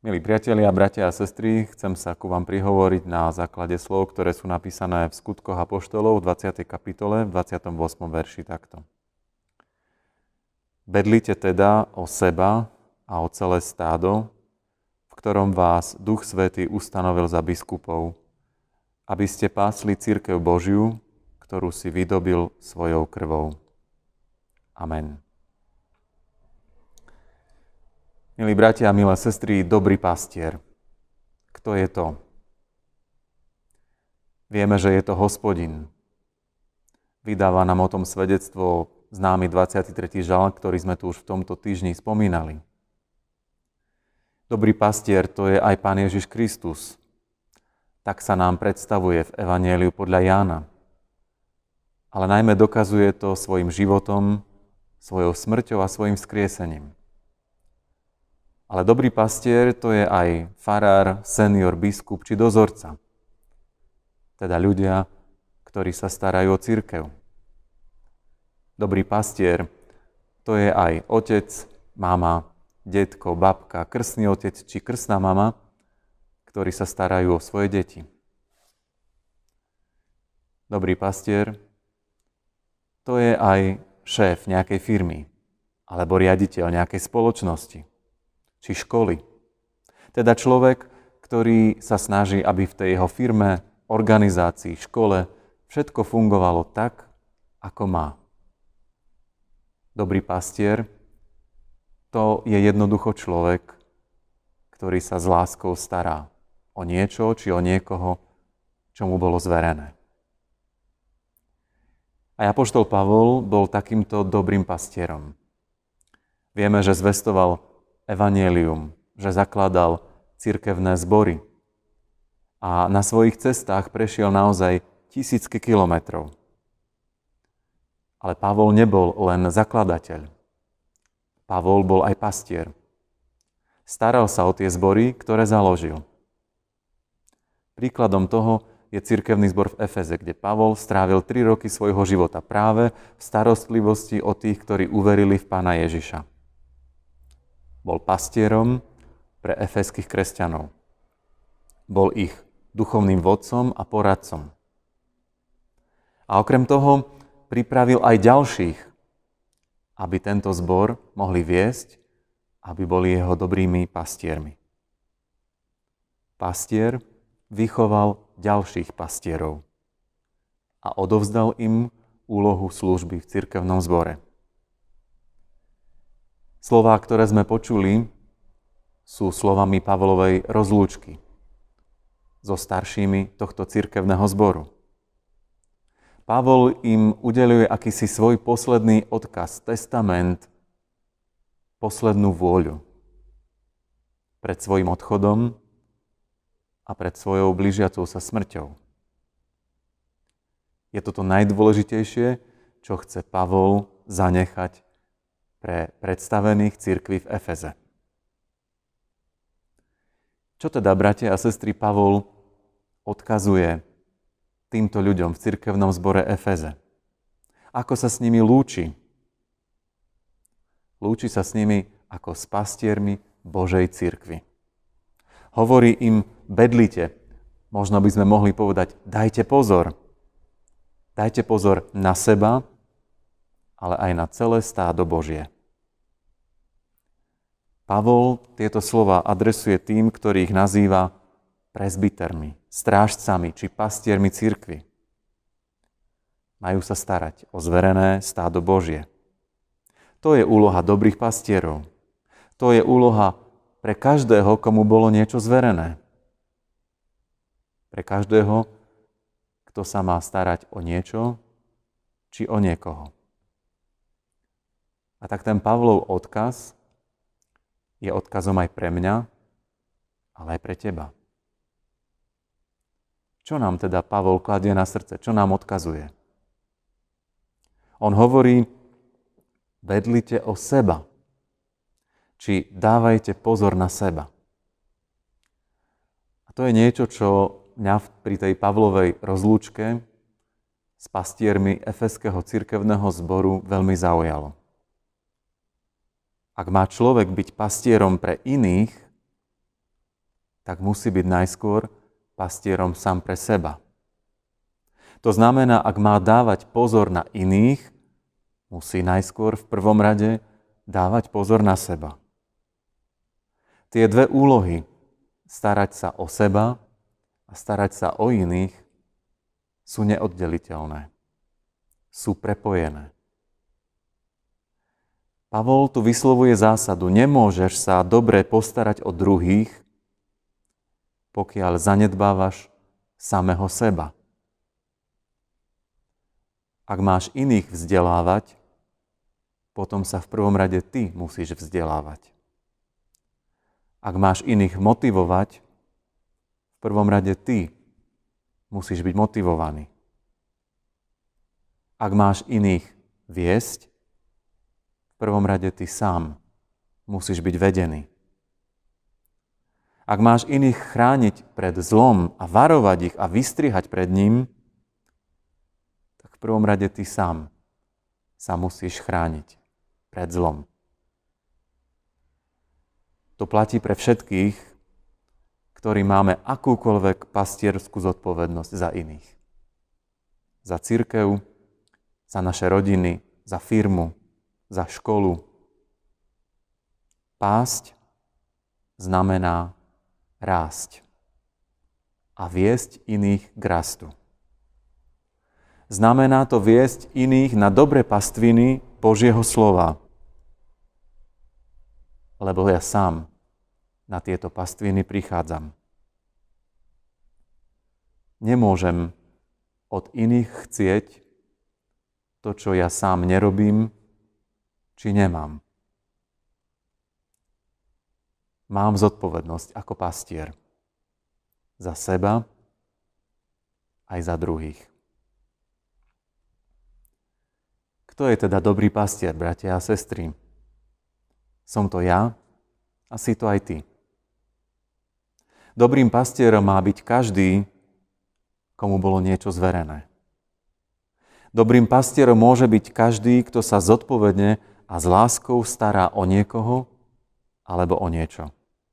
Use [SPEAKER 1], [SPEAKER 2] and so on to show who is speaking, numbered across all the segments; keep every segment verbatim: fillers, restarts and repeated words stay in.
[SPEAKER 1] Milí priatelia, bratia a sestry, chcem sa ku vám prihovoriť na základe slov, ktoré sú napísané v Skutkoch apoštolov v dvadsiatej kapitole, v dvadsiatom ôsmom verši takto. Bedlite teda o seba a o celé stádo, v ktorom vás Duch Svätý ustanovil za biskupov, aby ste pásli cirkev Božiu, ktorú si vydobil svojou krvou. Amen. Milí bratia a milé sestry, dobrý pastier. Kto je to? Vieme, že je to Hospodin. Vydáva nám o tom svedectvo známy dvadsiaty tretí žalm, ktorý sme tu už v tomto týždni spomínali. Dobrý pastier, to je aj Pán Ježiš Kristus. Tak sa nám predstavuje v Evanjeliu podľa Jána. Ale najmä dokazuje to svojim životom, svojou smrťou a svojim vzkriesením. Ale dobrý pastier to je aj farár, senior, biskup či dozorca. Teda ľudia, ktorí sa starajú o cirkev. Dobrý pastier to je aj otec, mama, detko, babka, krstný otec či krstná mama, ktorí sa starajú o svoje deti. Dobrý pastier to je aj šéf nejakej firmy alebo riaditeľ nejakej spoločnosti či školy. Teda človek, ktorý sa snaží, aby v tej jeho firme, organizácii, škole všetko fungovalo tak, ako má. Dobrý pastier to je jednoducho človek, ktorý sa s láskou stará o niečo či o niekoho, čo mu bolo zverené. A apoštol Pavol bol takýmto dobrým pastierom. Vieme, že zvestoval evanjelium, že zakladal cirkevné zbory a na svojich cestách prešiel naozaj tisícky kilometrov. Ale Pavol nebol len zakladateľ. Pavol bol aj pastier. Staral sa o tie zbory, ktoré založil. Príkladom toho je cirkevný zbor v Efeze, kde Pavol strávil tri roky svojho života práve v starostlivosti o tých, ktorí uverili v Pána Ježiša. Bol pastierom pre efeských kresťanov. Bol ich duchovným vodcom a poradcom. A okrem toho pripravil aj ďalších, aby tento zbor mohli viesť, aby boli jeho dobrými pastiermi. Pastier vychoval ďalších pastierov a odovzdal im úlohu služby v cirkevnom zbore. Slová, ktoré sme počuli, sú slovami Pavlovej rozlúčky so staršími tohto cirkevného zboru. Pavol im udeľuje akýsi svoj posledný odkaz, testament, poslednú vôľu pred svojim odchodom a pred svojou blížiacou sa smrťou. Je to to najdôležitejšie, čo chce Pavol zanechať pre predstavených cirkví v Efeze. Čo teda, bratia a sestry, Pavol odkazuje týmto ľuďom v cirkevnom zbore Efeze? Ako sa s nimi lúči? Lúči sa s nimi ako s pastiermi Božej cirkvi. Hovorí im, bedlite. Možno by sme mohli povedať, dajte pozor. Dajte pozor na seba, ale aj na celé stádo Božie. Pavol tieto slova adresuje tým, ktorých nazýva presbytermi, strážcami či pastiermi cirkvi. Majú sa starať o zverené stádo Božie. To je úloha dobrých pastierov. To je úloha pre každého, komu bolo niečo zverené. Pre každého, kto sa má starať o niečo či o niekoho. A tak ten Pavlov odkaz je odkazom aj pre mňa, ale aj pre teba. Čo nám teda Pavol kladie na srdce? Čo nám odkazuje? On hovorí, bedlite o seba, či dávajte pozor na seba. A to je niečo, čo mňa pri tej Pavlovej rozlúčke s pastiermi Efeského cirkevného zboru veľmi zaujalo. Ak má človek byť pastierom pre iných, tak musí byť najskôr pastierom sám pre seba. To znamená, ak má dávať pozor na iných, musí najskôr v prvom rade dávať pozor na seba. Tie dve úlohy, starať sa o seba a starať sa o iných, sú neoddeliteľné. Sú prepojené. Pavol tu vyslovuje zásadu, nemôžeš sa dobre postarať o druhých, pokiaľ zanedbávaš samého seba. Ak máš iných vzdelávať, potom sa v prvom rade ty musíš vzdelávať. Ak máš iných motivovať, v prvom rade ty musíš byť motivovaný. Ak máš iných viesť, v prvom rade ty sám musíš byť vedený. Ak máš iných chrániť pred zlom a varovať ich a vystrihať pred ním, tak v prvom rade ty sám sa musíš chrániť pred zlom. To platí pre všetkých, ktorí máme akúkoľvek pastierskú zodpovednosť za iných. Za cirkev, za naše rodiny, za firmu, za školu. Pásť znamená rásť a viesť iných k rastu. Znamená to viesť iných na dobré pastviny Božieho slova. Lebo ja sám na tieto pastviny prichádzam. Nemôžem od iných chcieť to, čo ja sám nerobím, či nemám. Mám zodpovednosť ako pastier za seba aj za druhých. Kto je teda dobrý pastier, bratia a sestry? Som to ja a si to aj ty. Dobrým pastierom má byť každý, komu bolo niečo zverené. Dobrým pastierom môže byť každý, kto sa zodpovedne a s láskou stará o niekoho alebo o niečo.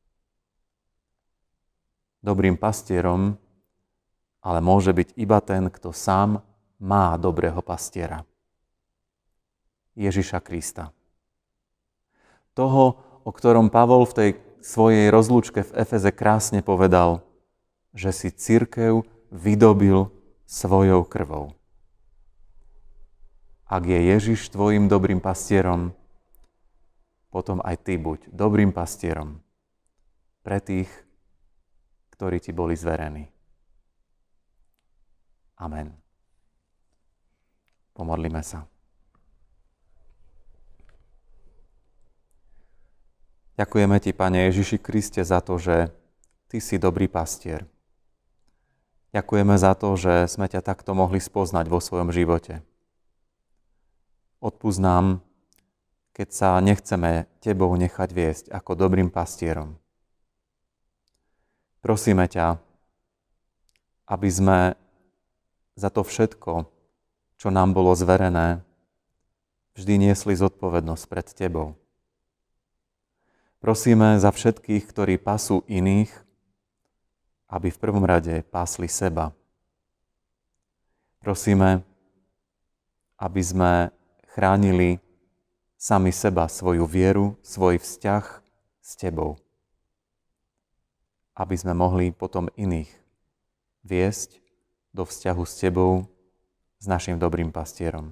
[SPEAKER 1] Dobrým pastierom ale môže byť iba ten, kto sám má dobrého pastiera. Ježiša Krista. Toho, o ktorom Pavol v tej svojej rozlúčke v Efeze krásne povedal, že si cirkev vydobil svojou krvou. Ak je Ježiš tvojim dobrým pastierom, potom aj ty buď dobrým pastierom pre tých, ktorí ti boli zverení. Amen. Pomodlíme sa. Ďakujeme ti, Pane Ježiši Kriste, za to, že ty si dobrý pastier. Ďakujeme za to, že sme ťa takto mohli spoznať vo svojom živote. Odpusť nám, keď sa nechceme tebou nechať viesť ako dobrým pastierom. Prosíme ťa, aby sme za to všetko, čo nám bolo zverené, vždy niesli zodpovednosť pred tebou. Prosíme za všetkých, ktorí pasú iných, aby v prvom rade pásli seba. Prosíme, aby sme chránili sami seba, svoju vieru, svoj vzťah s tebou. Aby sme mohli potom iných viesť do vzťahu s tebou, s našim dobrým pastierom.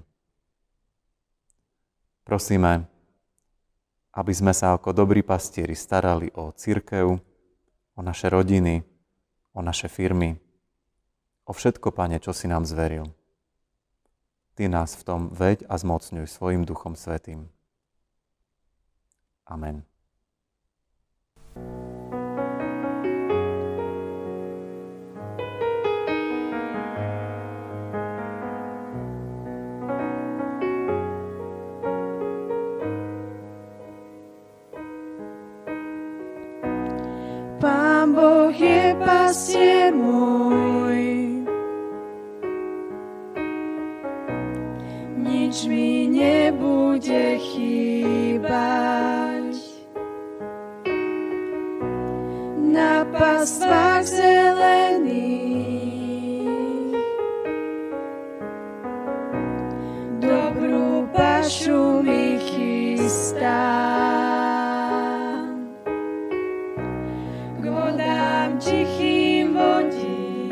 [SPEAKER 1] Prosíme, aby sme sa ako dobrí pastieri starali o cirkev, o naše rodiny, o naše firmy, o všetko, Pane, čo si nám zveril. Ty nás v tom veď a zmocňuj svojim Duchom Svätým. Amen.
[SPEAKER 2] Pán Boh je pastier môj, nič mi nebude chýbať. Na pastvách zelených. Dobrú pašu mi chystá. K vodám tichým vodí.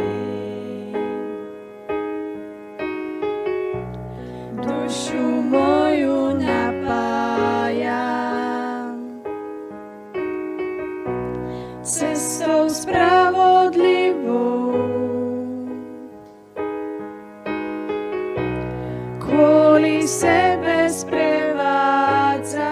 [SPEAKER 2] Dušu moju napája. Cestou spravodlivou. Kvôli sebe sprevádza.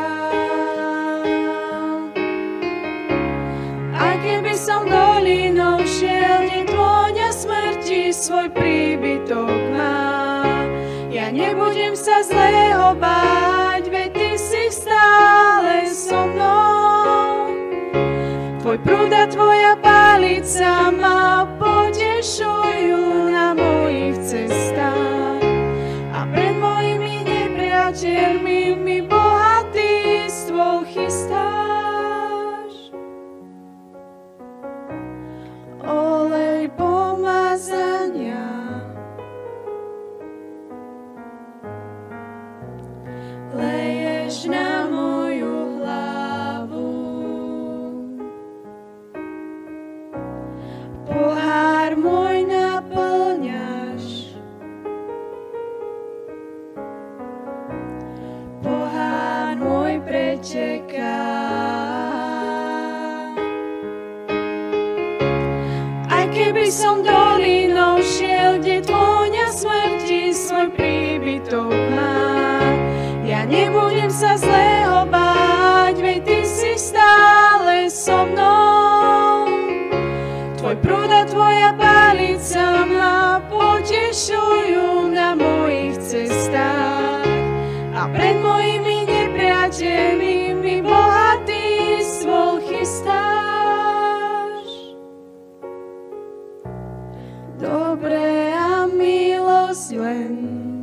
[SPEAKER 2] Aj keby som dolinou šiel, kde tvoňa smrti svoj príbytok má. Ja nebudem sa zlého báť, veď ty si stále so mnou. Tvoj prúd a tvoja palica ma potešujú na mojich cestách. A pred mojimi nepriateľmi mi bohatý stôl chystáš. Olej pomazania leješ na moju hlavu. Pohár môj naplňaš. Pohár môj preteká. Aj keby som dolinou šiel, kde tvoňa smrti svoj príbytok má. Ja nebudem sa zlého báť, veď ty si stále so mnou. Tvoj prúd a tvoja palica ma potešujú na mojich cestách. A pred mojimi nepriateľmi mi bohatý stôl chystáš. Dobré a milosť len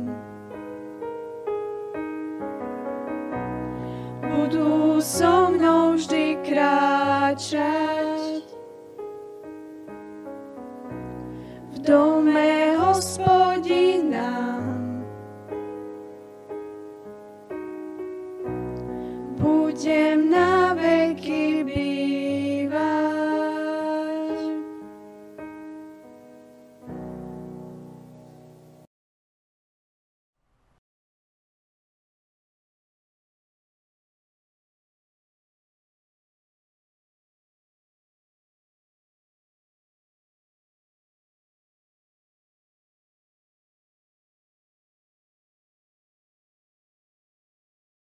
[SPEAKER 2] budú so mnou vždy kráčať. V dome Hospodina